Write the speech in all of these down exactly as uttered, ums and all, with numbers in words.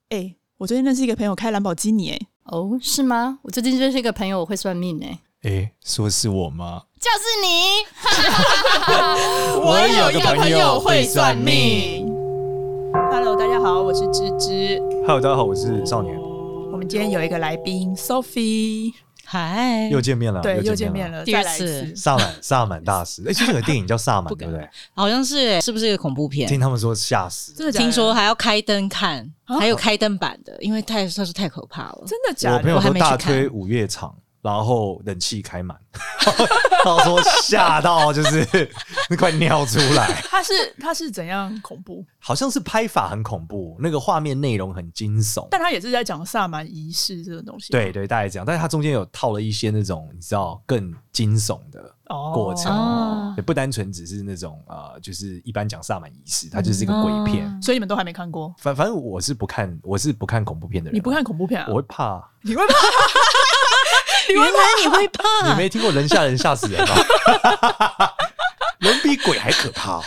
哎、欸，我最近认识一个朋友开兰博基尼。哎， 哦，是吗？我最近认识一个朋友，我会算命。哎， 哎，说是我吗？ 就是你。 我有一个朋友会算命。Hello， 大家好，我是芝芝。 Hello， 大家好，我是少年。 我们今天有一个来宾 Sophie。 嗨， 又见面了， 对， 又见面了， 第二次。 萨满，萨满大师。哎，最近有个电影叫《萨满》，对不对？ 好像是，是不是一个恐怖片？ 听他们说吓死， 真的假的？ 听说还要开灯看，啊、还有开灯版的，因为太说是太可怕了。 真的假的？ 我朋友说大推午夜场，然后冷气开满，然后说吓到就是快尿出来。 他是他是怎样恐怖？ 好像是拍法很恐怖，那个画面内容很惊悚， 但他也是在讲萨满仪式这种东西。 对对，大概这样。但是他中间有套了一些那种你知道更惊悚的过程，哦、也不单纯只是那种呃，就是一般讲萨满仪式，它就是一个鬼片。 嗯、所以你们都还没看过？ 反反正我是不看，我是不看恐怖片的人。 你不看恐怖片啊？ 我会怕。 你会怕？ 原来你会怕？ 你没听过人吓人吓死人吗？人比鬼还可怕。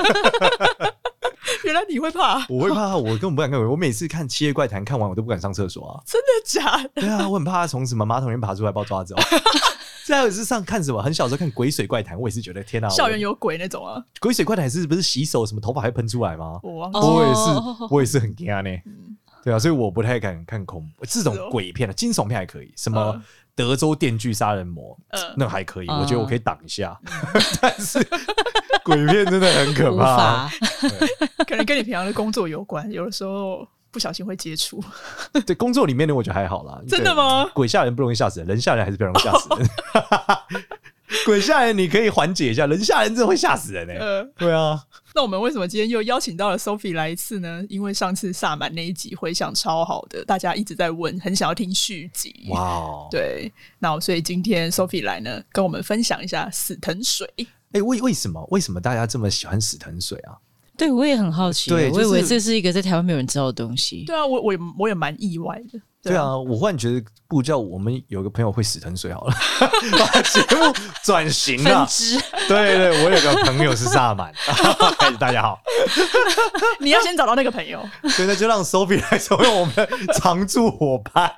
原来你会怕？ 我会怕，我根本不敢看。我每次看《七夜怪谈》看完，我都不敢上厕所啊！ 真的假的？ 对啊，我很怕他从什么马桶里面爬出来把我抓走。再有是上看什么？很小时候看《鬼水怪谈》，我也是觉得天哪， 校园有鬼那种啊！ 《鬼水怪谈》是不是洗手什么头发还喷出来吗？ 我忘记， 我也是，我也是很怕呢。嗯、对啊，所以我不太敢看恐怖这种鬼片的，惊悚片还可以，什么。嗯德州电锯杀人魔，呃、那还可以，呃、我觉得我可以挡一下。嗯、但是鬼片真的很可怕， 可能跟你平常的工作有关，有的时候不小心会接触。 对，工作里面呢，我觉得还好啦。 真的吗？ 鬼吓人不容易吓死人，人吓人还是比较容易吓死人。鬼吓人你可以缓解一下，人吓人真的会吓死人哎、欸。呃、对啊。 那我们为什么今天又邀请到了 Sophie 来一次呢？因为上次萨满那一集回响超好的，大家一直在问，很想要听续集。 哇哦！ 对，那所以今天 Sophie 来呢，跟我们分享一下死藤水。 哎、欸，为为什么为什么大家这么喜欢死藤水啊？ 对，我也很好奇。对，就是、我以为这是一个在台湾没有人知道的东西。 对啊，我我也我也蛮意外的。 对啊，我忽然觉得不叫我们有个朋友会死藤水好了，把节目转型了。 分支。 对对，我有个朋友是萨满。开始，大家好。 你要先找到那个朋友。 对，那就让 Sophie 来成为我们的常驻伙伴。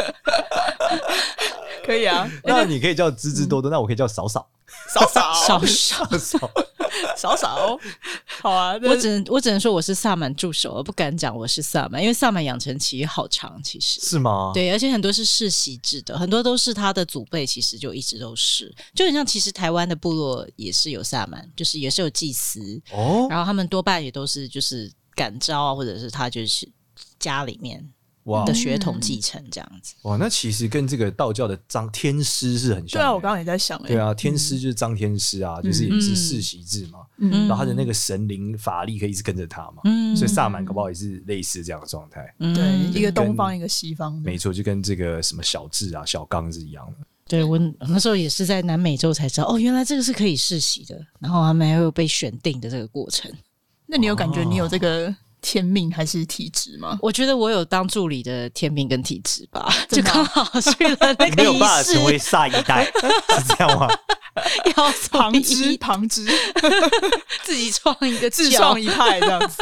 可以啊， 那你可以叫芝芝多多，嗯、那我可以叫嫂嫂。 嫂嫂， 嫂嫂， 嫂嫂， 嫂嫂，好啊！ 我只能我只能说我是萨满助手，我不敢讲我是萨满，因为萨满养成期好长，其实是吗？ 对，而且很多是世袭制的，很多都是他的祖辈，其实就一直都是，就很像其实台湾的部落也是有萨满，就是也是有祭司哦，然后他们多半也都是就是感召啊，或者是他就是家里面。的血统继承这样子， 哇，那其实跟这个道教的张天师是很像的。 对啊，我刚刚也在想、欸， 对啊，天师就是张天师啊，嗯、就是也是世袭制嘛，嗯、然后他的那个神灵法力可以一直跟着他嘛，嗯、所以萨满搞不好也是类似这样的状态。 嗯、对，一个东方，一个西方， 没错，就跟这个什么小智啊、小刚是一样的。 对，我那时候也是在南美洲才知道，哦，原来这个是可以世袭的，然后他们还有被选定的这个过程。 那你有感觉你有这个？天命还是体质吗？ 我觉得我有当助理的天命跟体质吧，就刚好去了那个仪式， 没有办法成为下一代，是这样吗？ 要旁支旁支， 自己创一个自创一派这样子。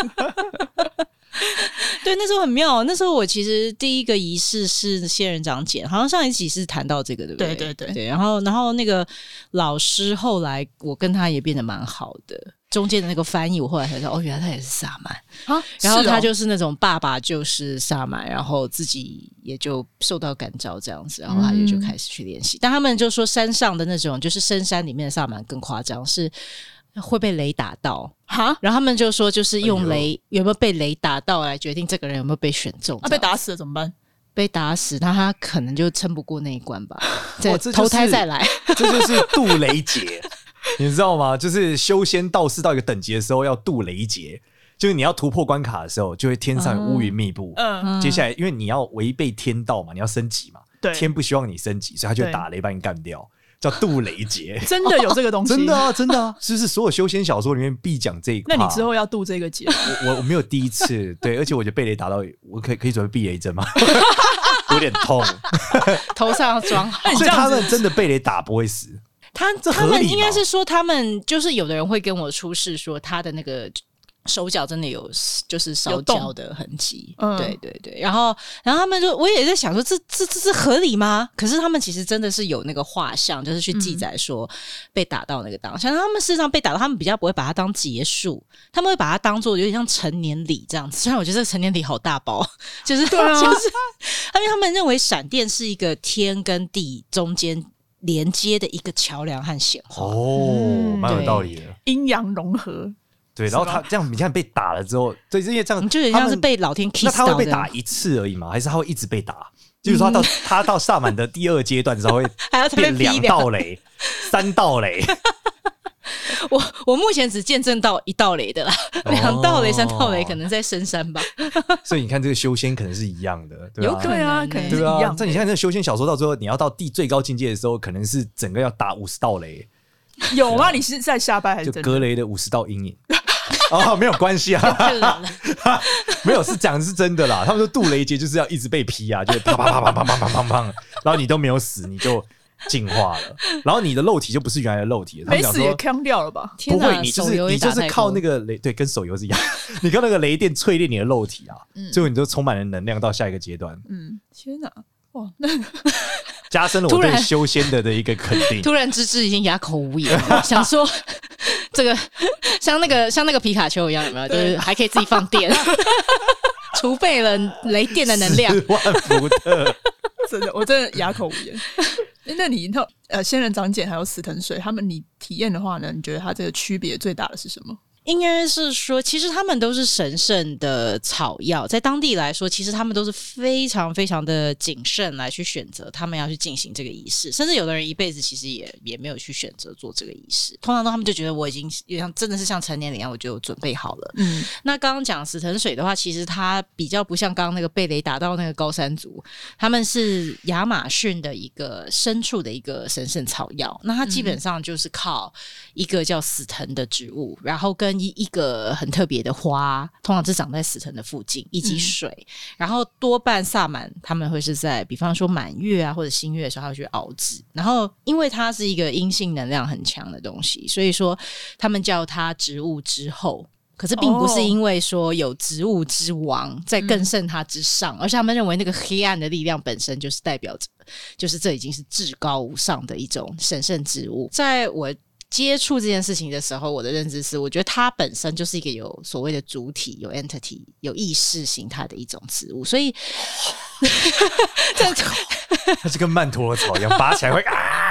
对，那时候很妙。那时候我其实第一个仪式是仙人掌剪，好像上一集是谈到这个，对不对？ 对对 对, 对。然后，然后那个老师后来我跟他也变得蛮好的。中间的那个翻译，我后来才知道，哦，原来他也是萨满啊。然后他就是那种爸爸就是萨满，然后自己也就受到感召这样子，然后他也就开始去练习。嗯、但他们就说山上的那种，就是深山里面的萨满更夸张，是会被雷打到哈。然后他们就说，就是用雷、哎、有没有被雷打到来决定这个人有没有被选中。 那、啊、被打死了怎么办？ 被打死，那他可能就撑不过那一关吧，再投胎再来。 这就是渡雷劫。你知道吗？就是修仙道士到一个等级的时候要渡雷劫，就是你要突破关卡的时候，就会天上有乌云密布。嗯，接下来因为你要违背天道嘛，你要升级嘛，对，天不希望你升级，所以他就打雷把你干掉，叫渡雷劫。 真的有这个东西？ 真的啊，真的啊，就是所有修仙小说里面必讲这一块。 那你之后要渡这个劫？ 我我我没有第一次，对，而且我觉得被雷打到，我可以可以准备避雷针吗？有点痛， 头上要装好。 所以他们真的被雷打不会死。 他他们应该是说，他们就是有的人会跟我出示说他的那个手脚真的有就是烧焦的痕迹， 嗯、 对对对，然后然后他们就我也在想说这这这是合理吗？可是他们其实真的是有那个画像，就是去记载说被打到那个当下，嗯、他们事实上被打到，他们比较不会把它当结束，他们会把它当做有点像成年礼这样子。虽然我觉得这个成年礼好大包，就是对、啊、就是，因为他们认为闪电是一个天跟地中间连接的一个桥梁和显化。 哦，蛮、嗯、有道理的， 阴阳融合。 对，然后他这样，你看被打了之后，对，因为这样， 你就有点像是被老天 kiss 到的。 那他会被打一次而已吗？还是他会一直被打？就是说他到、嗯、他到萨满的第二阶段之后会变两道雷、三道雷。 我我目前只见证到一道雷的啦，哦、两道雷、三道雷可能在深山吧。 所以你看，这个修仙可能是一样的，对吧、啊？ 有可能啊，可能是一样的。 这、啊、你看，这修仙小说到最后，你要到第最高境界的时候，可能是整个要打五十道雷。 有吗？你是在下班还是就格雷的五十道阴影？哦，没有关系啊，没有是讲是真的啦。他们说渡雷劫就是要一直被劈啊，就是啪啪啪啪啪啪啪啪啪，然后你都没有死，你就进化了，然后你的肉体就不是原来的肉体了。 没死也鏘掉了吧？ 不会，你就是你就是靠那个雷，对，跟手游是一样，你靠那个雷电淬炼你的肉体啊，嗯、最后你就充满了能量到下一个阶段。 嗯，天哪！哇，那加深了我对修仙的的一个肯定。 突然芝芝已经哑口无言了，想说这个像那个像那个皮卡丘一样，有没有？就是还可以自己放电，储备了雷电的能量。 十万伏特， 真的，我真的哑口无言。那你呃，仙人掌碱还有死藤水，他们你体验的话呢？你觉得它这个区别最大的是什么？ 应该是说，其实他们都是神圣的草药，在当地来说，其实他们都是非常非常的谨慎来去选择他们要去进行这个仪式，甚至有的人一辈子其实也也没有去选择做这个仪式。通常都他们就觉得我已经像真的是像成年人一样，我就准备好了。嗯，那刚刚讲死藤水的话，其实它比较不像刚刚那个被雷打到那个高山族，他们是亚马逊的一个深处的一个神圣草药。那它基本上就是靠一个叫死藤的植物，然后跟一一个很特别的花，通常是长在死藤的附近，以及水、嗯、然后多半萨满他们会是在比方说满月啊或者新月的时候他会去熬制，然后因为它是一个阴性能量很强的东西，所以说他们叫它植物之后，可是并不是因为说有植物之王在更胜它之上、嗯、而是他们认为那个黑暗的力量本身就是代表着就是这已经是至高无上的一种神圣之物。在我接触这件事情的时候，我的认知是我觉得它本身就是一个有所谓的主体有 entity 有意识形态的一种植物，所以它是跟曼陀罗草一样拔起来会啊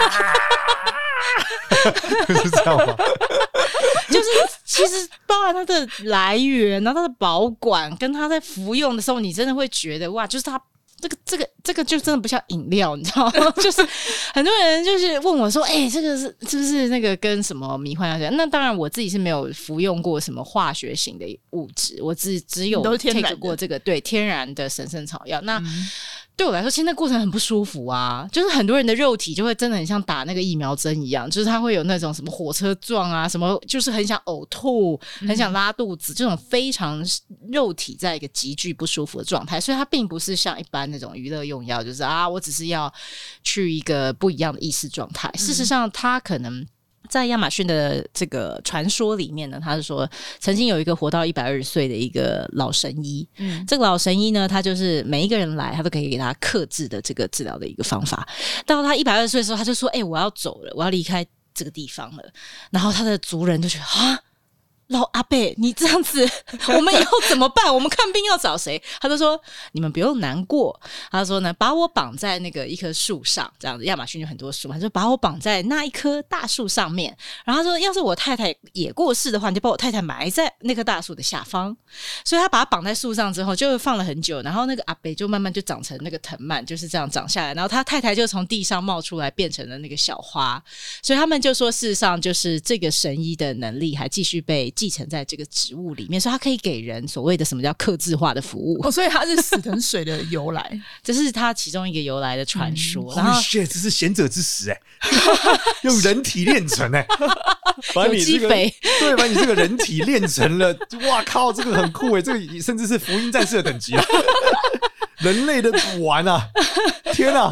是这样吗？ 就是其实包含它的来源，然后它的保管跟它在服用的时候，你真的会觉得哇，就是它这个这个这个就真的不像饮料，你知道吗？就是很多人就是问我说：“哎、欸，这个是是不是那个跟什么迷幻药？”那当然，我自己是没有服用过什么化学型的物质，我只只有 take 过这个对天然的神圣草药。那、嗯对我来说，其实那过程很不舒服啊，就是很多人的肉体就会真的很像打那个疫苗针一样，就是他会有那种什么火车撞啊，什么就是很想呕吐、很想拉肚子，这种非常肉体在一个极具不舒服的状态，所以它并不是像一般那种娱乐用药，就是啊，我只是要去一个不一样的意识状态。事实上，它可能在亚马逊的这个传说里面呢，他是说曾经有一个活到一百二十岁的一个老神医、嗯、这个老神医呢，他就是每一个人来他都可以给他客制的这个治疗的一个方法。到他一百二十岁的时候，他就说：“哎、欸，我要走了，我要离开这个地方了。”然后他的族人就觉得啊，老阿伯，你这样子，我们以后怎么办？我们看病要找谁？他就说：“你们不用难过。”他说呢，把我绑在那个一棵树上，这样子。亚马逊有很多树，他就把我绑在那一棵大树上面。然后他说，要是我太太也过世的话，你就把我太太埋在那棵大树的下方。所以他把它绑在树上之后，就放了很久。然后那个阿伯就慢慢就长成那个藤蔓，就是这样长下来。然后他太太就从地上冒出来，变成了那个小花。所以他们就说，事实上就是这个神医的能力还继续被继承在这个植物里面，所以它可以给人所谓的什么叫客制化的服务。 哦，所以它是死藤水的由来， 这是它其中一个由来的传说。 嗯、然后 shit， 这是贤者之石哎、欸，用人体炼成哎、欸，把你这个对，把你这个人体炼成了，哇靠，这个很酷哎、欸，这个甚至是福音战士的等级啊。人类的补丸啊！天啊！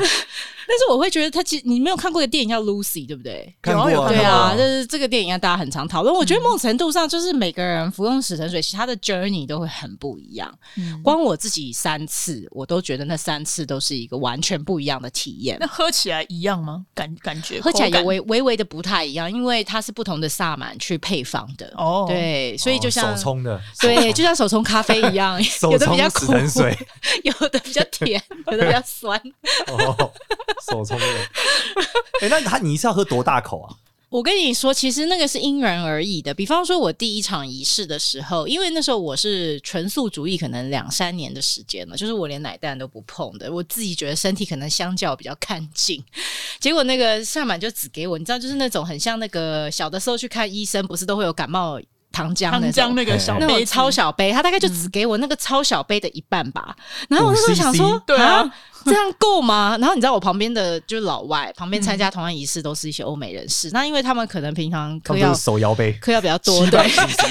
但是我会觉得他其实你没有看过一个电影叫 Lucy 对不对？ 看过啊， 对啊，就是这个电影大家很常讨论。我觉得某种程度上就是每个人服用死藤水，其实他的 journey 都会很不一样。嗯、光我自己三次，我都觉得那三次都是一个完全不一样的体验。 那喝起来一样吗？感感觉喝起来也微微微的不太一样，因为它是不同的萨满去配方的。哦，对，所以就像、 哦、手冲的， 对，就像手冲咖啡一样，有的比较苦， 水有的比较甜，有的比较酸。 哦，手冲的。哎、欸，那他你是要喝多大口啊？ 我跟你说，其实那个是因人而异的。比方说，我第一场仪式的时候，因为那时候我是纯素主义，可能两三年的时间了，就是我连奶蛋都不碰的。我自己觉得身体可能相较比较干净，结果那个萨满就只给我，你知道，就是那种很像那个小的时候去看医生，不是都会有感冒糖浆那种那个小杯， 那种超小杯，他大概就只给我那个超小杯的一半吧。然后我那时候想说， 对啊。 这样够吗？然后你知道我旁边的就是老外，旁边参加同样仪式都是一些欧美人士。嗯、那因为他们可能平常嗑药手摇杯， 嗑药比较多，对，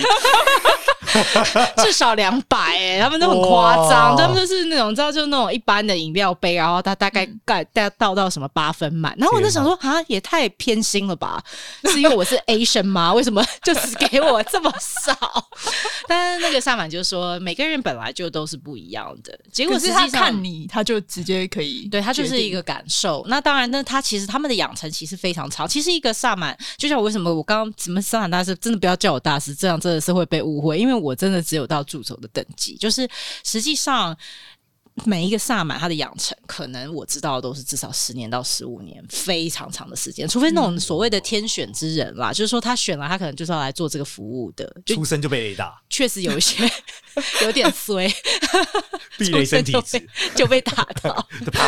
至少两百哎，他们都很夸张，他们就是那种知道就那种一般的饮料杯，然后他大概盖倒到什么八分满。然后我就想说啊，也太偏心了吧？是因为我是 Asian 吗？为什么就只给我这么少？但是那个萨满就说，每个人本来就都是不一样的。结果实际上可是他看你，他就直接可以， 对，他就是一个感受。那当然，那他其实他们的养成其实非常长。其实一个萨满，就像我为什么我刚刚什么萨满大师，真的不要叫我大师，这样真的是会被误会，因为我真的只有到助手的等级。就是实际上每一个萨满他的养成，可能我知道的都是至少十年到十五年，非常长的时间。除非那种所谓的天选之人啦，嗯、就是说他选了，他可能就是要来做这个服务的，就出生就被雷打， 确实有一些有点衰， 避雷身体质就被打到，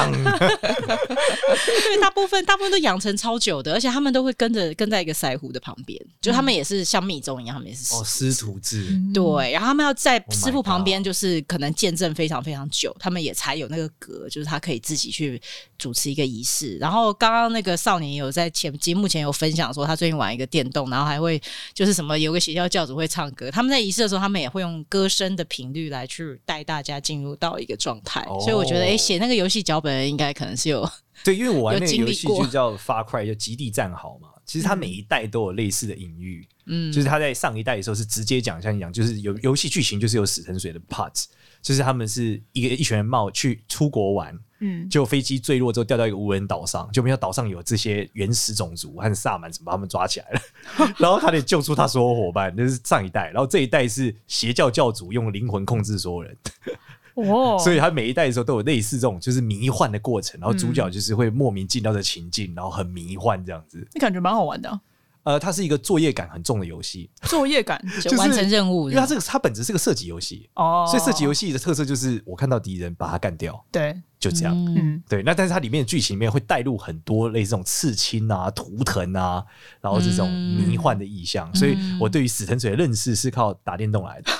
对，大部分大部分都养成超久的，而且他们都会跟着跟在一个腮胡的旁边，就他们也是像密宗一样，他们也是哦师徒制， 对，然后他们要在师傅旁边，就是可能见证非常非常久，他们也才有那个格，就是他可以自己去主持一个仪式。然后刚刚那个少年也有在前节目前有分享说，他最近玩一个电动，然后还会就是什么有个邪教教主会唱歌，他们在仪式的时候，他们也会用歌声的频率来去带大家进入到一个状态。哦、所以我觉得，哎，写那个游戏脚本应该可能是有对，因为我玩那个游戏就叫 Far Cry， 就极地战壕嘛。其实它每一代都有类似的隐喻，嗯，就是他在上一代的时候是直接讲，像你讲，就是有游戏剧情就是有死藤水的 parts， 就是他们是一个一群人冒去出国玩，嗯，就飞机坠落之后掉到一个无人岛上，就没有岛上有这些原始种族和萨满，怎么把他们抓起来了，然后他得救出他所有伙伴，那是上一代，然后这一代是邪教教主用灵魂控制所有人。哦，所以他每一代的时候都有类似这种就是迷幻的过程，然后主角就是会莫名进到这情境，然后很迷幻这样子。 你感觉蛮好玩的、啊。 呃，它是一个作业感很重的游戏， 作业感就完成任务， 因为它这个它本质是个射击游戏哦，所以射击游戏的特色就是我看到敌人把他干掉， 对， 就这样，嗯，对。那但是它里面的剧情里面会带入很多类似这种刺青啊、图腾啊，然后这种迷幻的意象，嗯、所以我对于死藤水的认识是靠打电动来的。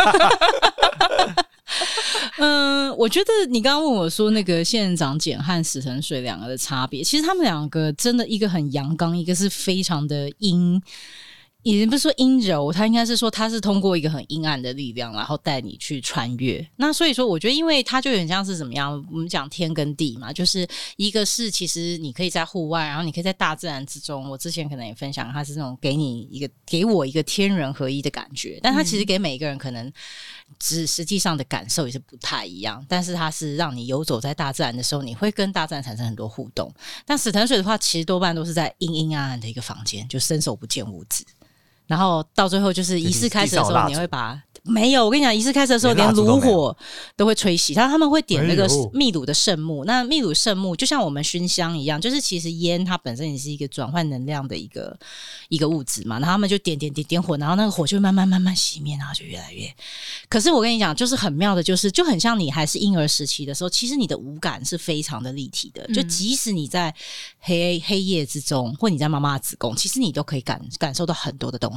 嗯，我觉得你刚刚问我说那个仙人掌碱和死藤水两个的差别，其实他们两个真的一个很阳刚，一个是非常的阴，也不是说阴柔，他应该是说他是通过一个很阴暗的力量，然后带你去穿越。那所以说，我觉得因为它就很像是怎么样，我们讲天跟地嘛，就是一个是其实你可以在户外，然后你可以在大自然之中。我之前可能也分享，它是那种给你一个给我一个天人合一的感觉，但它其实给每一个人可能只实际上的感受也是不太一样。但是它是让你游走在大自然的时候，你会跟大自然产生很多互动。但死藤水的话，其实多半都是在阴阴暗暗的一个房间，就伸手不见五指。然后到最后就是仪式开始的时候，你会把没有我跟你讲，仪式开始的时候连炉火都会吹熄，他们会点那个秘鲁的圣木。那秘鲁圣木就像我们熏香一样，就是其实烟它本身也是一个转换能量的一个一个物质嘛。然后他们就点点点点火，然后那个火就会慢慢慢慢熄灭，然后就越来越。可是我跟你讲，就是很妙的，就是就很像你还是婴儿时期的时候，其实你的五感是非常的立体的。就即使你在黑黑夜之中，或你在妈妈的子宫，其实你都可以感感受到很多的东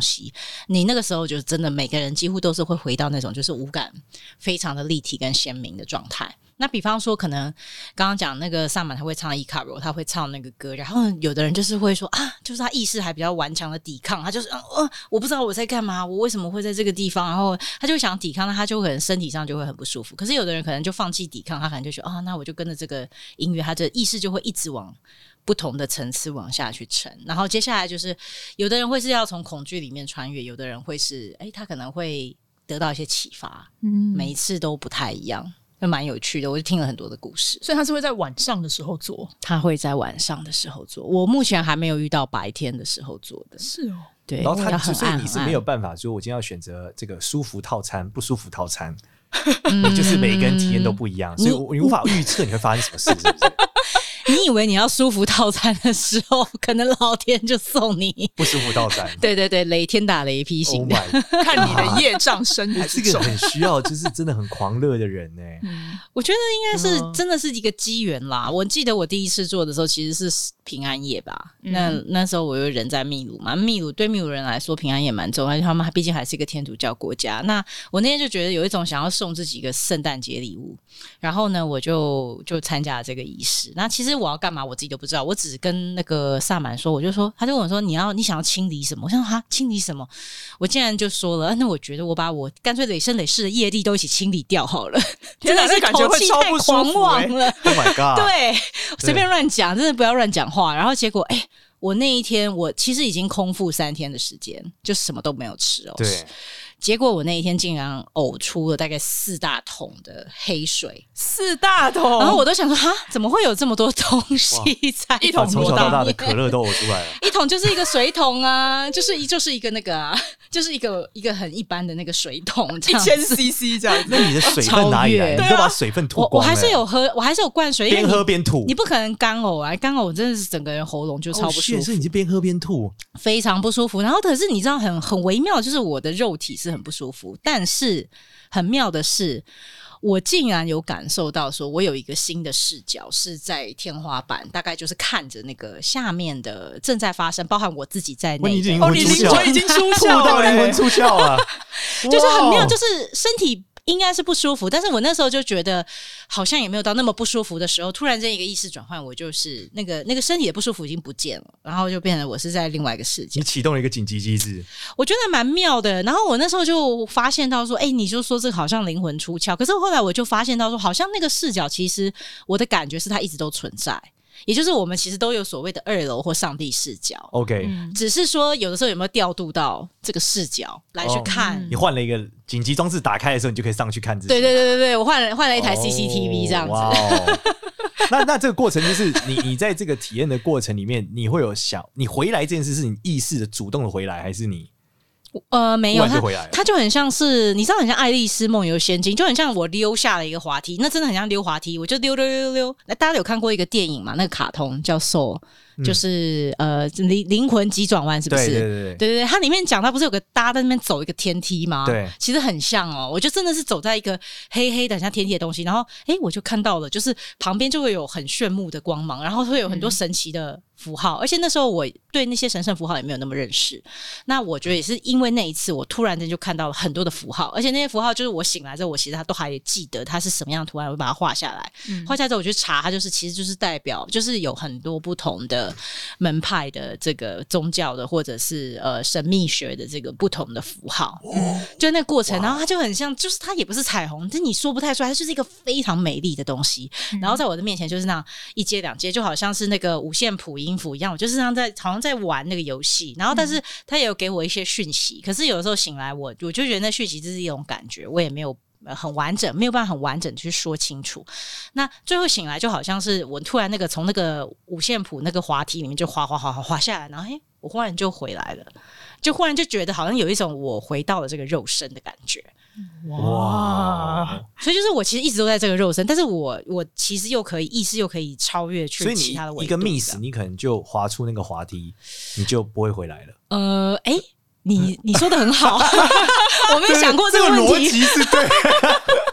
东西，你那个时候就真的每个人几乎都是会回到那种就是五感非常的立体跟鲜明的状态。那比方说可能刚刚讲那个萨满他会唱伊卡罗，他会唱那个歌，然后有的人就是会说啊，就是他意识还比较顽强的抵抗，他就是呃、啊，我不知道我在干嘛，我为什么会在这个地方，然后他就想抵抗，那他就可能身体上就会很不舒服。可是有的人可能就放弃抵抗，他可能就觉得啊，那我就跟着这个音乐，他的意识就会一直往不同的层次往下去沉。然后接下来就是有的人会是要从恐惧里面穿越，有的人会是哎，他可能会得到一些启发，嗯，每一次都不太一样，就蛮有趣的，我就听了很多的故事。 所以他是会在晚上的时候做， 他会在晚上的时候做，我目前还没有遇到白天的时候做的。 是哦， 对， 然后他很所以你是没有办法说我今天要选择这个舒服套餐不舒服套餐，你就是每个人体验都不一样，所以你无法预测你会发生什么事，是不是？ 你以为你要舒服套餐的时候，可能老天就送你不舒服套餐。 对对对，雷天打雷劈型的， oh、 看你的业障深还是重。 这个很需要，就是真的很狂热的人呢、欸嗯。我觉得应该是真的是一个机缘啦。我记得我第一次做的时候，其实是平安夜吧。嗯、那那时候我又人在秘鲁嘛，秘鲁对秘鲁人来说，平安夜蛮重要，他们毕竟还是一个天主教国家。那我那天就觉得有一种想要送自己一个圣诞节礼物，然后呢，我就就参加了这个仪式。那其实我要干嘛，我自己都不知道。我只跟那个萨满说，我就说，他就问我说：“你要你想要清理什么？”我想说：“哈，清理什么？”我竟然就说了：“那我觉得我把我干脆累生累世的业力都一起清理掉好了。”真的是口气太狂妄了。 Oh my god！ 对，随便乱讲，真的不要乱讲话。然后结果，哎、欸，我那一天我其实已经空腹三天的时间，就什么都没有吃哦。 对。 结果我那一天竟然呕出了大概四大桶的黑水， 四大桶， 然后我都想说哈，怎么会有这么多东西在一桶从小到大的可乐都呕出来了， 一桶就是一个水桶啊，就是就是一个那个啊，就是一个一个很一般的那个水桶， 一千 C C 这样子。 那你的水分哪里来？你都把水分吐光了。 我, 我还是有喝，我还是有灌水， 边喝边吐， 你不可能干呕啊！干呕真的是整个人喉咙就超不舒服， 所以你是边喝边吐， 非常不舒服。然后可是你知道很很微妙，就是我的肉体是很不舒服。但是很妙的是，我竟然有感受到说我有一个新的视角，是在天花板，大概就是看着那个下面的正在发生，包含我自己在内的。 你灵魂出窍， 哦、已经出窍到灵魂出窍了， 就是很妙，就是身体应该是不舒服，但是我那时候就觉得好像也没有到那么不舒服的时候，突然间一个意识转换，我就是那个那个身体的不舒服已经不见了，然后就变成我是在另外一个世界。 你启动了一个紧急机制， 我觉得蛮妙的。然后我那时候就发现到说，哎、欸，你就说这个好像灵魂出窍，可是后来我就发现到说，好像那个视角其实我的感觉是它一直都存在。也就是我们其实都有所谓的二楼或上帝视角 ，OK，、 嗯、只是说有的时候有没有调度到这个视角来去看。 哦、你换了一个紧急装置打开的时候，你就可以上去看自己。 对对对对对，我换了换了一台 C C T V 这样子。 哦哦、那那这个过程就是你你在这个体验的过程里面，你会有想你回来这件事是你意识的主动的回来，还是你？ 呃，没有， 它它就很像是，你知道，很像《爱丽丝梦游仙境》，就很像我溜下了一个滑梯，那真的很像溜滑梯，我就溜溜溜溜。那大家有看过一个电影嘛？那个卡通叫《Soul》。就是呃灵灵魂急转弯是不是？ 对对对对对对，它里面讲它不是有个大家在那边走一个天梯吗？ 对， 其实很像哦。我就真的是走在一个黑黑的像天梯的东西，然后哎，我就看到了，就是旁边就会有很炫目的光芒，然后会有很多神奇的符号，嗯、而且那时候我对那些神圣符号也没有那么认识。那我觉得也是因为那一次，我突然间就看到了很多的符号，而且那些符号就是我醒来之后，我其实它都还记得它是什么样的图案，我会把它画下来。嗯、画下来之后，我去查，它就是其实就是代表，就是有很多不同的门派的这个宗教的或者是呃神秘学的这个不同的符号，嗯、就那个过程，然后它就很像，就是它也不是彩虹，但你说不太出来，它就是一个非常美丽的东西。嗯、然后在我的面前就是那样一阶两阶，就好像是那个五线谱音符一样，我就是像在好像在玩那个游戏。然后但是它也有给我一些讯息，可是有的时候醒来我我就觉得那讯息就是一种感觉，我也没有很完整，没有办法很完整去说清楚。那最后醒来就好像是我突然那个从那个五线谱那个滑梯里面就滑滑滑滑滑下来，然后嘿，我忽然就回来了，就忽然就觉得好像有一种我回到了这个肉身的感觉。哇！所以就是我其实一直都在这个肉身，但是我我其实又可以意识又可以超越去其他的维度。 所以你一个 miss， 你可能就滑出那个滑梯，你就不会回来了。 呃，哎、欸。你你说的很好，我没有想过这个问题。 这个逻辑是对。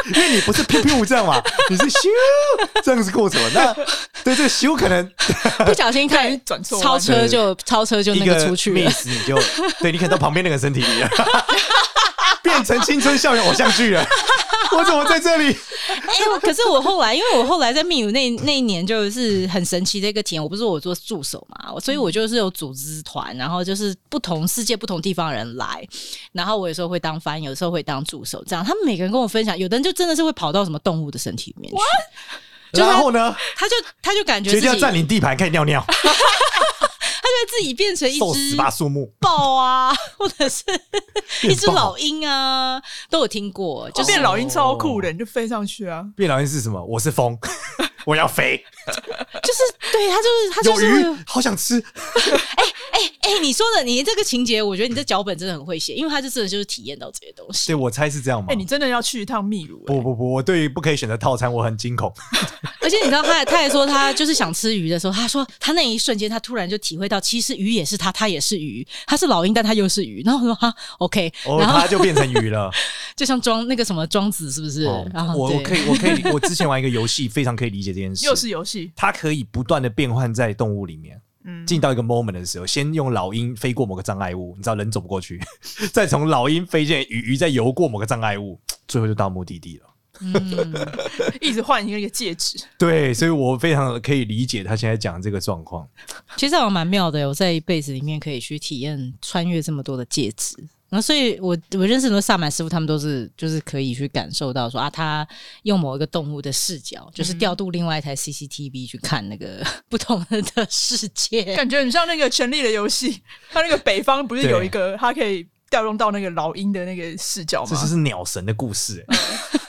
因为你不是噗噗这样嘛，你是咻这样子过程嘛。那对这个咻可能不小心看转错，超车就超车就那个出去了， miss 你就对你可能到旁边那个身体里了，变成青春校园偶像剧了。我怎么在这里？ 哎、欸，可是我后来，因为我后来在秘鲁那那一年就是很神奇的一个体验。我不是我做助手嘛，所以我就是有组织团，然后就是不同世界、不同地方的人来，然后我有时候会当翻译，有时候会当助手，这样他们每个人跟我分享，有的人就真的是会跑到什么动物的身体里面去。 然后呢？ 他就他就感觉决定要占领地盘，开始尿尿。 他就会自己变成一只豹啊，或者是一只老鹰啊，都有听过。 就变老鹰超酷的，你就飞上去啊！ 变老鹰是什么？我是风，我要飞。 就是对他就是他就是有鱼，好想吃。 哎哎哎，你说的你这个情节，我觉得你这脚本真的很会写，因为他就真的就是体验到这些东西。 对，我猜是这样吗？ 哎、欸，你真的要去一趟秘鲁、欸？ 不不不，我对于不可以选择套餐我很惊恐。 而且你知道他，他还说他就是想吃鱼的时候，他说他那一瞬间，他突然就体会到，其实鱼也是他，他也是鱼，他是老鹰，但他又是鱼。然后我说哈 ，OK， 哦， 然后他就变成鱼了， 就像庄那个什么庄子是不是？ 哦、 然后我我可以我可以我之前玩一个游戏，非常可以理解这件事， 又是游戏， 它可以不断的变换在动物里面。嗯，进到一个 moment 的时候，先用老鹰飞过某个障碍物，你知道人走不过去，再从老鹰飞进鱼，鱼再游过某个障碍物，最后就到目的地了。 嗯，一直换一个戒指。 对，所以我非常可以理解他现在讲这个状况。 其实好像蛮妙的，我在一辈子里面可以去体验穿越这么多的戒指。然后，所以我我认识很多萨满师傅，他们都是就是可以去感受到说啊，他用某一个动物的视角，就是调度另外一台 C C T V 去看那个不同的世界， 感觉很像那个《权力的游戏》，他那个北方不是有一个，他可以调用到那个老鹰的那个视角吗？ 这就是鸟神的故事、欸。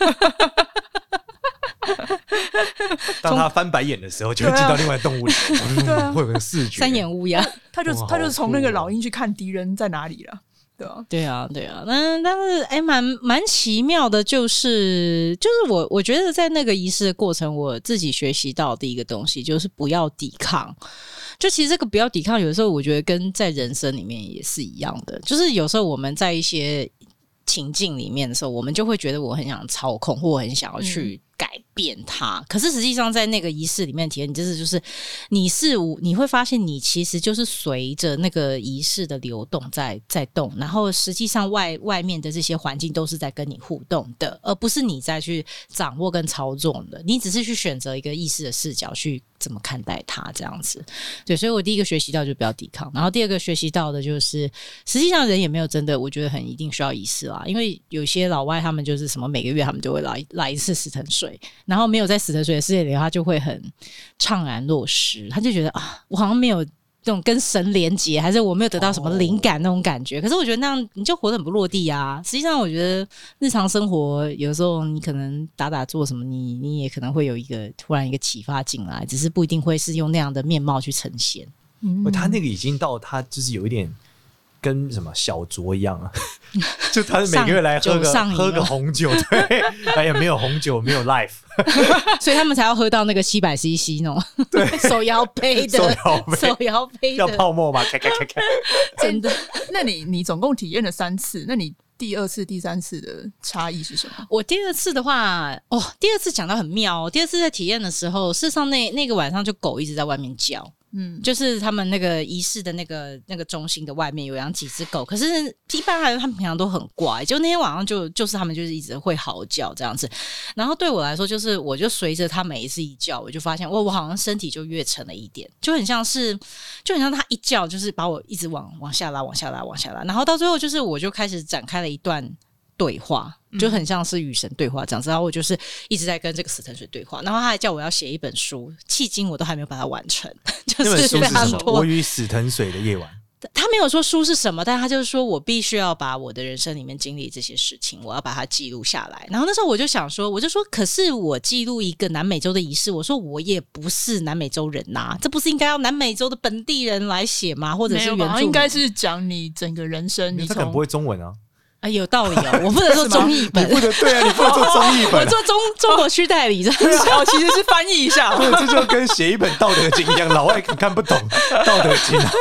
当他翻白眼的时候，就会进到另外动物里，对啊、会有个视觉三眼乌鸦， 他就他就从那个老鹰去看敌人在哪里了。对啊， 对啊，对啊，但但是哎，蛮蛮奇妙的，就是就是我我觉得在那个仪式的过程，我自己学习到的一个东西就是不要抵抗。就其实这个不要抵抗，有的时候我觉得跟在人生里面也是一样的，就是有时候我们在一些情境里面的时候，我们就会觉得我很想操控，或我很想要去改变它、嗯、可是实际上在那个仪式里面体验，你就是就是你是你会发现你其实就是随着那个仪式的流动在在动，然后实际上外外面的这些环境都是在跟你互动的，而不是你在去掌握跟操纵的，你只是去选择一个意识的视角去怎么看待它这样子。对，所以我第一个学习到就不要抵抗，然后第二个学习到的就是实际上人也没有真的我觉得很一定需要仪式啦，因为有些老外他们就是什么每个月他们就会来来一次死藤水，然后没有在死藤水的世界里他就会很怅然若失，他就觉得啊我好像没有这种跟神连结，还是我没有得到什么灵感那种感觉、oh. 可是我觉得那样你就活得很不落地啊。实际上我觉得日常生活有时候你可能打打坐什么，你你也可能会有一个突然一个启发进来，只是不一定会是用那样的面貌去呈现、 嗯、他那个已经到他就是有一点跟什么小酌一样啊，就他每个月来喝个喝个红酒，对，哎呀没有红酒没有 life， 所以他们才要喝到那个七百 C C 那种，对，手摇杯的， 手摇杯， 手摇杯的要泡沫嘛，开开开开， 真的。那你你总共体验了三次，那你第二次、第三次的差异是什么？ 我第二次的话，哦，第二次讲到很妙哦。第二次在体验的时候，事实上那那个晚上就狗一直在外面叫。嗯，就是他们那个仪式的那个那个中心的外面有养几只狗，可是一般来说他们平常都很乖，就那天晚上就就是他们就是一直会嚎叫这样子。然后对我来说，就是我就随着他每一次一叫，我就发现哇，我好像身体就越沉了一点，就很像是就很像他一叫，就是把我一直往往下拉、往下拉、往下拉，然后到最后就是我就开始展开了一段对话，就很像是与神对话这样子，然后我就是一直在跟这个死藤水对话，然后他还叫我要写一本书，迄今我都还没有把它完成。就是那本书是什么？我与死藤水的夜晚。 他没有说书是什么，但他就是说我必须要把我的人生里面经历这些事情，我要把它记录下来。然后那时候我就想说，我就说，可是我记录一个南美洲的仪式，我说我也不是南美洲人呐、啊，这不是应该要南美洲的本地人来写吗？或者是原住民？ 应该是讲你整个人生。 你他可能不会中文啊。 啊，有道理哦！我不能做中译本， 你不能对啊，你不能做中译本， 我做中中国区代理，这样哦，其实是翻译一下。 对，这就跟写一本《道德经》一样，老外看不懂《道德经》啊。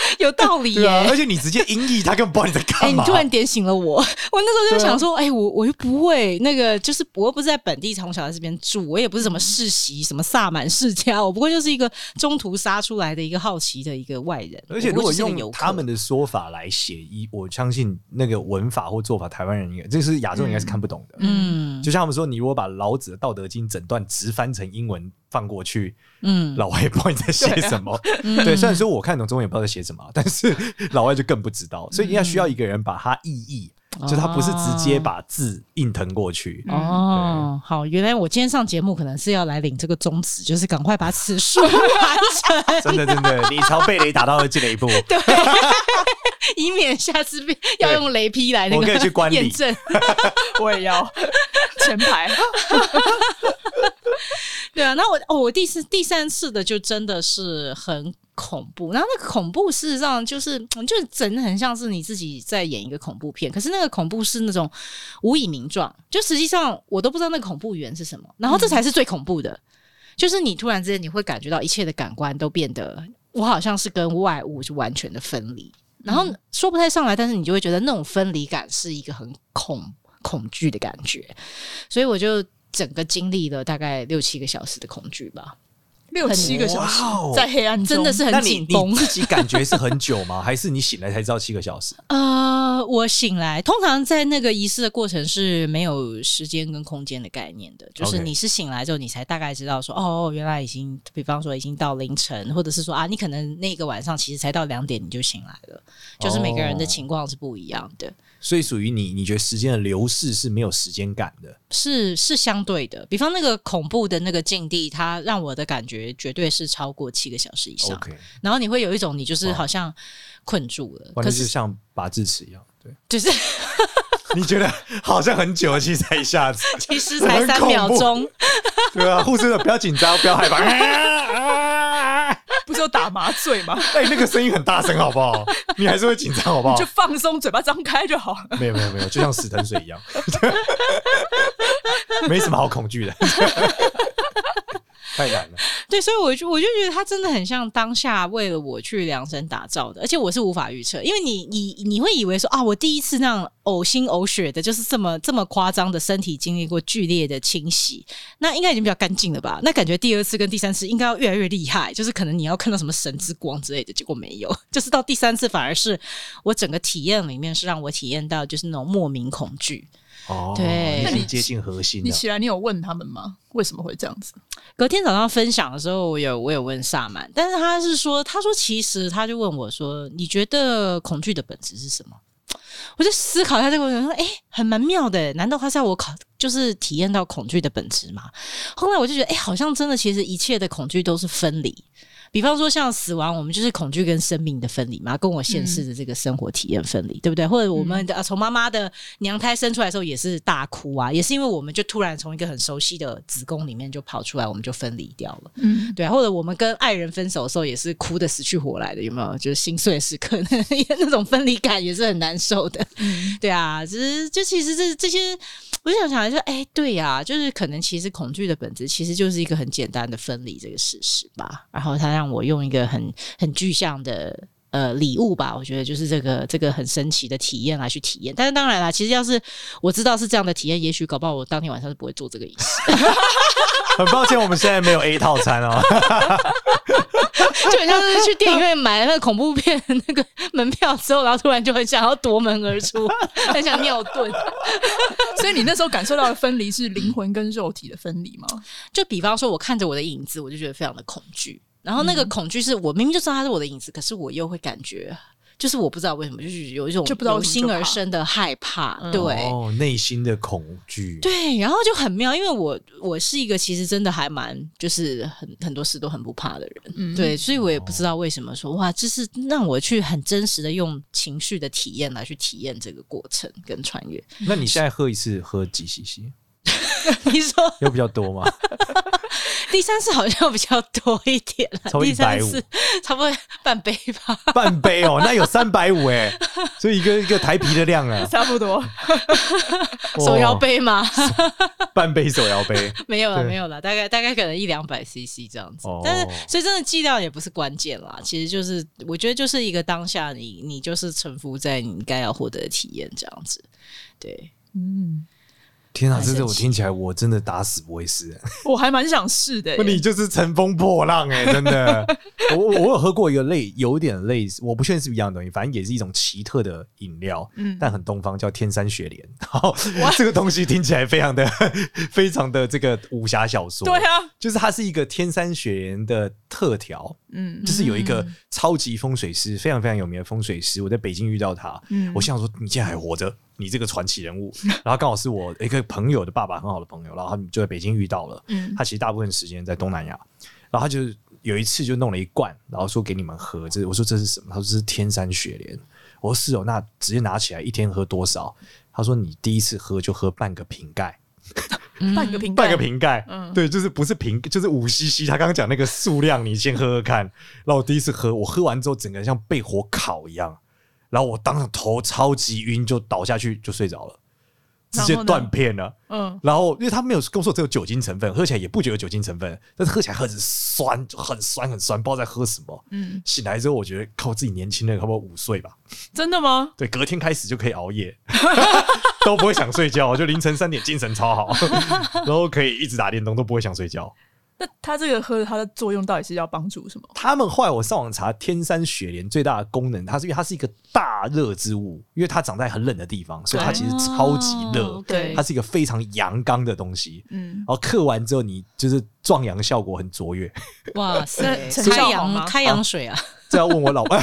有道理耶、 对啊，而且你直接音译，他根本不知道你在干嘛。 哎、欸，你突然点醒了我，我那时候就想说，哎、啊欸，我我又不会那个，就是我又不是在本地从小在这边住，我也不是什么世袭、什么萨满世家，我不过就是一个中途杀出来的一个好奇的一个外人。 而且如果用他们的说法来写，一我相信那个文法或做法，台湾人应该这是亚洲人应该是看不懂的。嗯，就像他们说，你如果把老子的《道德经》整段直翻成英文放过去，嗯，老外也不知道你在写什么。对, 啊嗯、对，虽然说我看懂中文也不知道在写什么，但是老外就更不知道，所以应该需要一个人把它意译。就他不是直接把字硬腾过去哦。好，原来我今天上节目可能是要来领这个宗旨，就是赶快把此书完成。 真的真的，你朝被雷打到了这一步， 对，以免下次要用雷劈来那个验证。我可以去观礼， 我也要前排。 对啊，那我哦，我第四第三次的就真的是很恐怖，然后那个恐怖事实上就是就是真的很像是你自己在演一个恐怖片，可是那个恐怖是那种无以名状，就实际上我都不知道那个恐怖源是什么，然后这才是最恐怖的、嗯、就是你突然之间你会感觉到一切的感官都变得我好像是跟外物是完全的分离，然后说不太上来，但是你就会觉得那种分离感是一个很恐恐惧的感觉，所以我就整个经历了大概六七个小时的恐惧吧。 六七个小时在黑暗中真的是很紧绷。 你自己感觉是很久吗？还是你醒来才知道七个小时？ 呃，我醒来通常在那个仪式的过程是没有时间跟空间的概念的，就是你是醒来之后你才大概知道说哦，原来已经比方说已经到凌晨，或者是说啊，你可能那个晚上其实才到两点你就醒来了，就是每个人的情况是不一样的。 所以属于你，你觉得时间的流逝是没有时间感的， 是是相对的。比方那个恐怖的那个境地，它让我的感觉绝对是超过七个小时以上。Okay. 然后你会有一种你就是好像困住了， 完全就像拔智齿一样，对， 就是你觉得好像很久，其实才一下子， 其实才三秒钟。 对啊，护士说不要紧张，不要害怕。 不是有打麻醉吗？ 哎、欸，那个声音很大声，好不好？你还是会紧张，好不好？ 你就放松，嘴巴张开就好了。 没有没有没有，就像死藤水一样，没什么好恐惧的。太难了。 对，所以我就我就觉得他真的很像当下为了我去量身打造的，而且我是无法预测，因为你你你会以为说啊，我第一次那样呕心呕血的，就是这么这么夸张的身体经历过剧烈的清洗，那应该已经比较干净了吧？那感觉第二次跟第三次应该要越来越厉害，就是可能你要看到什么神之光之类的，结果没有，就是到第三次反而是我整个体验里面是让我体验到就是那种莫名恐惧。 哦， 对， 那你接近核心。 你起来，你有问他们吗？为什么会这样子？ 隔天早上分享的时候，我有我有问萨满，但是他是说，他说其实他就问我说，你觉得恐惧的本质是什么？我就思考一下这个问题，说，哎、欸，很蛮妙的，难道他是要我考，就是体验到恐惧的本质吗？后来我就觉得，哎、欸，好像真的，其实一切的恐惧都是分离。比方说像死亡，我们就是恐惧跟生命的分离嘛，跟我现世的这个生活体验分离、嗯、对不对？或者我们的从妈妈的娘胎生出来的时候也是大哭啊，也是因为我们就突然从一个很熟悉的子宫里面就跑出来，我们就分离掉了。嗯，对啊，或者我们跟爱人分手的时候也是哭得死去活来的，有没有？就是心碎时刻那种分离感也是很难受的。嗯，对啊，只是就其实这这些我就想想说，哎，对呀、啊，就是可能其实恐惧的本质其实就是一个很简单的分离这个事实吧，然后它让我用一个很很具象的呃礼物吧，我觉得就是这个这个很神奇的体验来去体验。但是当然啦，其实要是我知道是这样的体验，也许搞不好我当天晚上是不会做这个仪式。 很抱歉，我们现在没有 A 套餐哦。 就很像是去电影院买了那个恐怖片的那个门票之后，然后突然就很想要夺门而出，很想尿遁。 所以你那时候感受到的分离是灵魂跟肉体的分离吗？ 就比方说我看着我的影子，我就觉得非常的恐惧，然后那个恐惧是我明明就知道它是我的影子，可是我又会感觉就是我不知道为什么，就是有一种由心而生的害怕，嗯、对， 哦，内心的恐惧， 对，然后就很妙，因为我我是一个其实真的还蛮就是很很多事都很不怕的人，嗯、对，所以我也不知道为什么说哇，就是让我去很真实的用情绪的体验来去体验这个过程跟穿越。 那你现在喝一次喝几 C C？ 你说有比较多吗？ 的第三次好像比较多一点了， 超一百五， 第三次差不多半杯吧， 半杯哦，那有三百五哎，所以一个一个台啤的量啊， 差不多。 手摇杯吗？ 半杯手摇杯， 没有了，没有了，大概大概可能一两百 C C 这样子。 哦、 但是，所以真的剂量也不是关键啦，其实就是我觉得就是一个当下你，你你就是臣服在你该要获得的体验这样子。对，嗯。 天啊，这是我听起来我真的打死不会试， 我还蛮想试的。 你就是乘风破浪哎、欸，真的。我我有喝过一个类有点类似，我不确定是不是一样的东西，反正也是一种奇特的饮料，嗯，但很东方，叫天山雪莲。然后这个东西听起来非常的非常的这个武侠小说， 对啊， 就是它是一个天山雪莲的特调，嗯，就是有一个超级风水师，非常非常有名的风水师，我在北京遇到他，嗯，我想说你竟然还活着。你这个传奇人物，然后刚好是我一个朋友的爸爸，很好的朋友，然后他们就在北京遇到了。嗯，他其实大部分时间在东南亚，然后他就有一次就弄了一罐，然后说给你们喝。这我说这是什么？他说这是天山雪莲。我说是哦，那直接拿起来一天喝多少？他说你第一次喝就喝半个瓶盖。 半个瓶盖， 半个瓶盖，嗯，对，就是不是瓶，就是五 C C。他刚刚讲那个数量，你先喝喝看。然后我第一次喝，我喝完之后，整个人像被火烤一样。然后我当场头超级晕，就倒下去就睡着了，直接断片了。嗯，然后因为他没有跟我说只有酒精成分，喝起来也不觉得有酒精成分，但是喝起来很酸，就很酸很酸，不知道在喝什么。嗯，醒来之后我觉得靠自己年轻人，差不多五岁吧。 真的吗？ 对，隔天开始就可以熬夜，都不会想睡觉，就凌晨三点精神超好，然后可以一直打电动，都不会想睡觉。 那它这个喝它的作用到底是要帮助什么？ 他们后来我上网查，天山雪莲最大的功能，它是因为它是一个大热之物，因为它长在很冷的地方，所以它其实超级热。对，它是一个非常阳刚的东西。嗯，然后嗑完之后，你就是壮阳效果很卓越。 哇塞，开阳开阳水啊！ 这要问我老爸。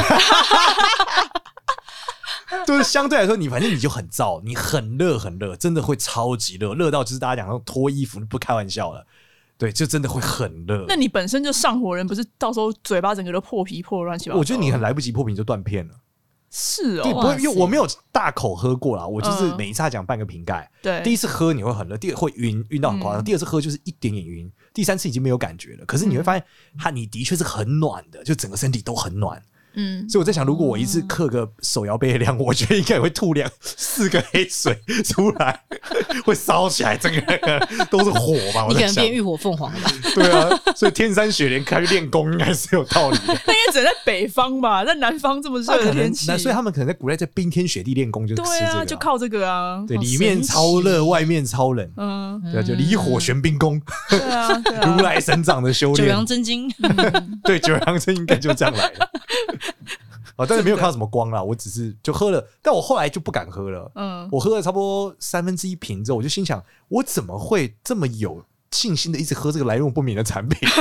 就是相对来说，你反正你就很燥，你很热很热，真的会超级热，热到就是大家讲脱衣服不开玩笑了。对，就真的会很热。 那你本身就上火人，不是到时候嘴巴整个都破皮破乱七八糟？ 我觉得你很来不及破皮你就断片了。 是哦， 对，不会，因为我没有大口喝过啦，我就是每一次他讲半个瓶盖。对、嗯，第一次喝你会很热，第二会晕，晕到很夸张、嗯。第二次喝就是一点点晕，第三次已经没有感觉了。可是你会发现，它你的确是很暖的，就整个身体都很暖。嗯，所以我在想，如果我一次嗑个手摇杯的量，我觉得应该也会吐两四个黑水出来，会烧起来，整个都是火吧？ 你可能变浴火凤凰吧？ 对啊，所以天山雪莲开练功应该是有道理的。 那应该只能在北方吧？在南方这么热的天气， 所以他们可能在古代在冰天雪地练功就吃这个、啊， 对啊，就靠这个啊。 对，里面超热，外面超冷，嗯，对、啊，就离火玄冰功， 对啊，对啊， 如来神掌的修炼， 九阳真经， 嗯、对，九阳真应该就这样来的。哦，但是没有看到什么光啦，我只是就喝了，但我后来就不敢喝了。嗯，我喝了差不多三分之一瓶之后，我就心想，我怎么会这么有信心的一直喝这个来路不明的产品？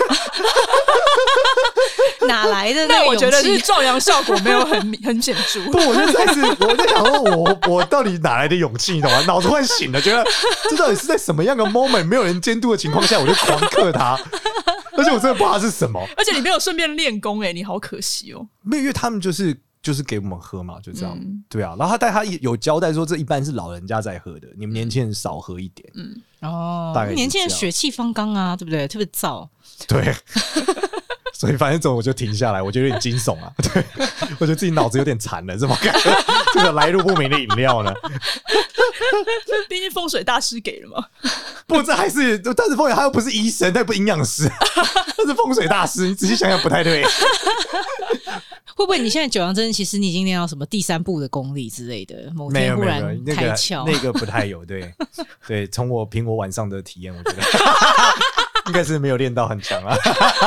哪来的那个勇气？ 但我觉得是壮阳效果没有很很显著。 不，我就开始我在想说我，我我到底哪来的勇气？你懂吗？脑子突然醒了，觉得这到底是在什么样的 moment 没有人监督的情况下，我就狂嗑它。而且我真的不知道它是什么， 而且你没有顺便练功哎、欸，你好可惜哦。 没有，因为他们就是就是给我们喝嘛，就这样。嗯、对啊，然后他但他有交代说，这一般是老人家在喝的，你们年轻人少喝一点。嗯， 哦，大概年轻人血气方刚啊，对不对？特别燥。 对。所以反正总我就停下来，我觉得有点惊悚啊。对，我觉得自己脑子有点残了，怎么敢喝这个来路不明的饮料呢？ 毕竟风水大师给了嘛。 不，这还是但是风水他又不是医生，他又不是营养师，他是风水大师。你仔细想想不太对。 会不会你现在九阳真其实你已经练到什么第三步的功力之类的？某天忽然开窍， 那个、那个不太有。对对，从我凭我晚上的体验，我觉得应该是没有练到很强啊。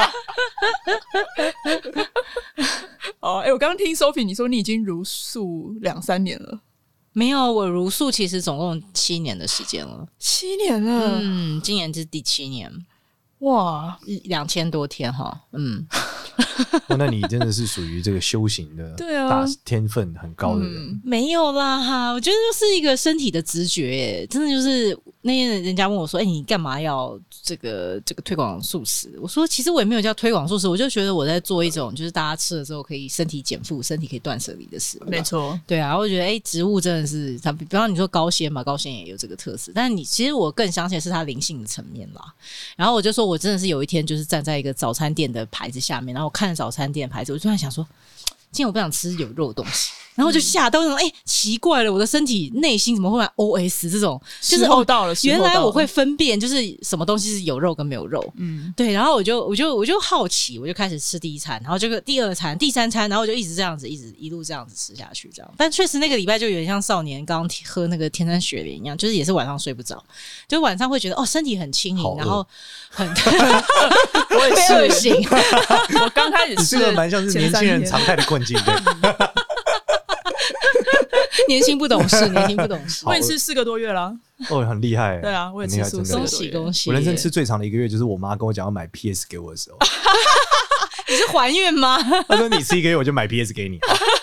哦，哎、欸，我刚刚听 Sophie 你说你已经茹素两三年了。 没有，我茹素其实总共七年的时间了。 七年了， 嗯，今年是第七年。 哇， 两千多天哈，嗯。 哦，那你真的是属于这个修行的， 对啊， 大天分很高的人。 嗯、没有啦哈，我觉得就是一个身体的直觉耶，真的就是那天人家问我说：“哎、欸，你干嘛要这个这个推广素食？”我说：“其实我也没有叫推广素食，我就觉得我在做一种就是大家吃了之后可以身体减负、身体可以断舍离的事。” 没错， 对啊，我觉得哎、欸，植物真的是它，比方你说高纤嘛，高纤也有这个特质，但是你其实我更相信的是它灵性的层面啦。然后我就说我真的是有一天就是站在一个早餐店的牌子下面，然后我看着早餐店的牌子，我突然想说，今天我不想吃有肉的东西。然后我就吓到，哎、欸，奇怪了，我的身体内心怎么会来 O S 这种？就是哦，到了， 原来我会分辨，就是什么东西是有肉跟没有肉。嗯，对。然后我就我就我就好奇，我就开始吃第一餐，然后这个第二餐、第三餐，然后我就一直这样子，一直一路这样子吃下去，这样。但确实那个礼拜就有点像少年刚喝那个天山雪莲一样，就是也是晚上睡不着，就晚上会觉得哦身体很轻盈，然后很我也是被恶醒。 我刚开始吃，这个蛮像是年轻人常态的困境，对。 年轻不懂事，年轻不懂事。 我也吃四个多月了， 哦，很厉害。 对啊，我也吃素， 恭喜恭喜！ 我人生吃最长的一个月，就是我妈跟我讲要买 P S 给我的时候。 你是怀孕吗？ 她说你吃一个月，我就买 P S 给你。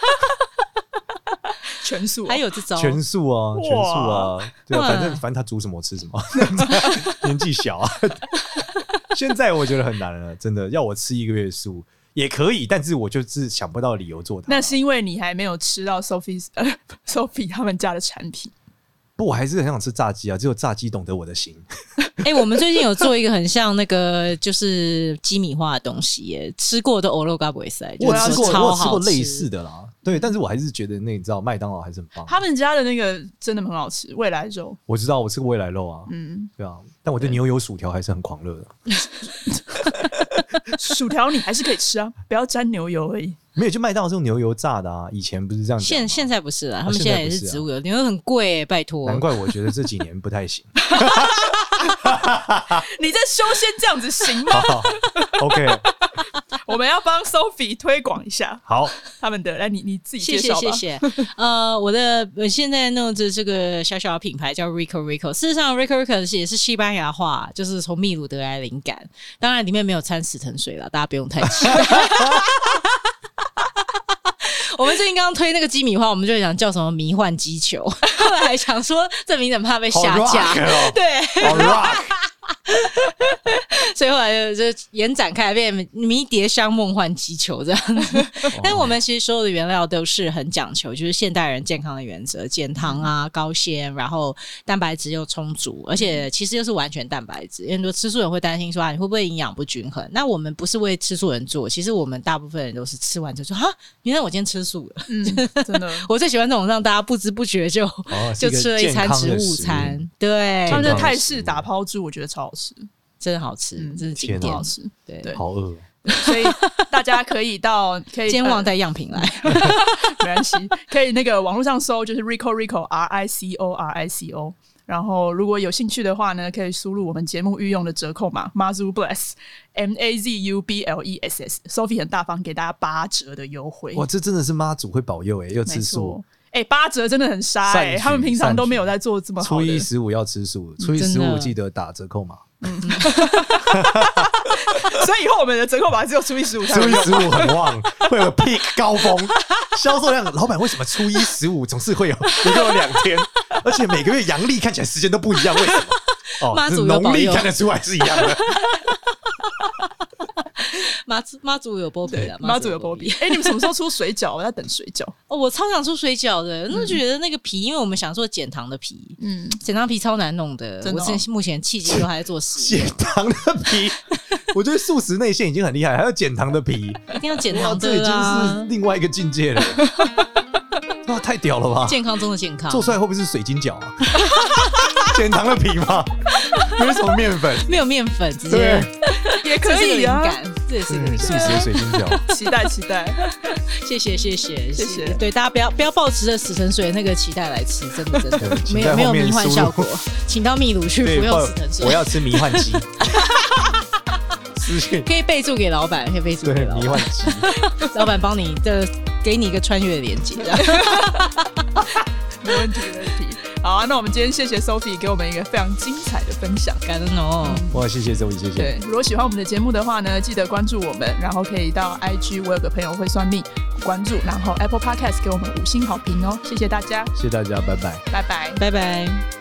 全素、啊， 还有这招？ 全素啊，全素啊，对啊，反正反正他煮什么我吃什么。年纪小啊，现在我觉得很难了，真的要我吃一个月素。也可以，但是我就是想不到理由做它。 那是因为你还没有吃到 Sophie 呃 Sophie 他们家的产品。 不，我还是很想吃炸鸡啊，只有炸鸡懂得我的心。 哎、欸，我们最近有做一个很像那个就是鸡米花的东西耶，吃过的欧肉嘎不会塞， 我吃过， 超好吃。 我吃过类似的啦，对，但是我还是觉得那你知道麦当劳还是很棒。 他们家的那个真的很好吃，未来肉。 我知道，我吃过未来肉啊，嗯，对啊，但我对牛油薯条还是很狂热的。 薯条你还是可以吃啊，不要沾牛油而已。 没有，就麦当劳是用牛油炸的啊，以前不是这样讲。 现现在不是啊，他们现在也是植物油，牛油很贵耶，拜托。 难怪我觉得这几年不太行。 你在修仙这样子行吗？ 好 OK， 我们要帮 Sophie 推广一下。 好， 他们的来，你你自己介绍吧。 谢谢谢谢。呃，我的我现在弄着这个小小的品牌叫 Rico Rico， 事实上 Rico Rico 也是西班牙话，就是从秘鲁得来灵感。当然里面没有掺死藤水啦，大家不用太气。我们最近刚刚推那个鸡米花，我们就想叫什么迷幻鸡球，后来还想说这名字很怕被下架， 哦、 对， 好 rock。 所以后来就延展开来变迷迭香梦幻鸡球这样子。但是我们其实所有的原料都是很讲求，就是现代人健康的原则，减糖啊、高纤，然后蛋白质又充足，而且其实又是完全蛋白质。因为很多吃素人会担心说啊，你会不会营养不均衡？那我们不是为吃素人做，其实我们大部分人都是吃完就说哈，原来我今天吃素了。 嗯，真的， 我最喜欢这种让大家不知不觉就、哦、就吃了一餐植物餐。对， 他们的泰式打抛猪，我觉得超好吃。 真的好吃，嗯、真是经典，好吃。对对， 好饿。 所以大家可以到可以今天忘带样品来， 呃、没关系，可以那个网络上搜，就是 Rico Rico R I C O R I C O。然后如果有兴趣的话呢，可以输入我们节目御用的折扣码 Mazu Bless M A Z U B L E S S。Sophie 很大方，给大家八折的优惠。 哇，这真的是妈祖会保佑哎、欸，又吃素。 哎、欸，八折真的很杀哎、欸！他们平常都没有在做这么好的。 初一十五要吃素，初一十五记得打折扣码。嗯， 所以以后我们的折扣码只有初一十五， 初一十五很旺，会有 peak 高峰，销售量。老板为什么初一十五总是会有一个两天，而且每个月阳历看起来时间都不一样？为什么？哦， 妈祖有保佑， 农历看得出来是一样的。 妈祖妈祖有波比的， 妈祖有波比。哎、欸，你们什么时候出水饺？我在等水饺。 哦，我超想出水饺的，那、嗯、觉得那个皮，因为我们想做减糖的皮，嗯，减糖皮超难弄的。的哦、我现目前迄今都还在做实验。 减糖的皮，我觉得素食内馅已经很厉害，还要减糖的皮， 一定要减糖的、啊， 这已经是另外一个境界了。哇，太屌了吧！ 健康中的健康， 做出来会不会是水晶饺啊？减糖的皮吗？没有什么面粉， 没有面粉，直接也可以啊。 这也是一个素食的水晶饺， 期待期待， 谢谢谢谢谢谢。 对大家不要不要抱持着死藤水那个期待来吃，真的真的没有没有迷幻效果，请到秘鲁去服用死藤水。 我要吃迷幻鸡。私讯可以备注给老板，可以备注给老板。 迷幻鸡， 老板帮你的给你一个穿越的连接， 没问题没问题。好啊，那我们今天谢谢 Sophie 给我们一个非常精彩的分享， 感恩哦。 哇，谢谢 Sophie， 谢谢。 对，如果喜欢我们的节目的话呢，记得关注我们，然后可以到 I G， 我有个朋友会算命，关注，然后 Apple Podcast 给我们五星好评哦，谢谢大家， 谢谢大家，拜拜， 拜拜， 拜拜。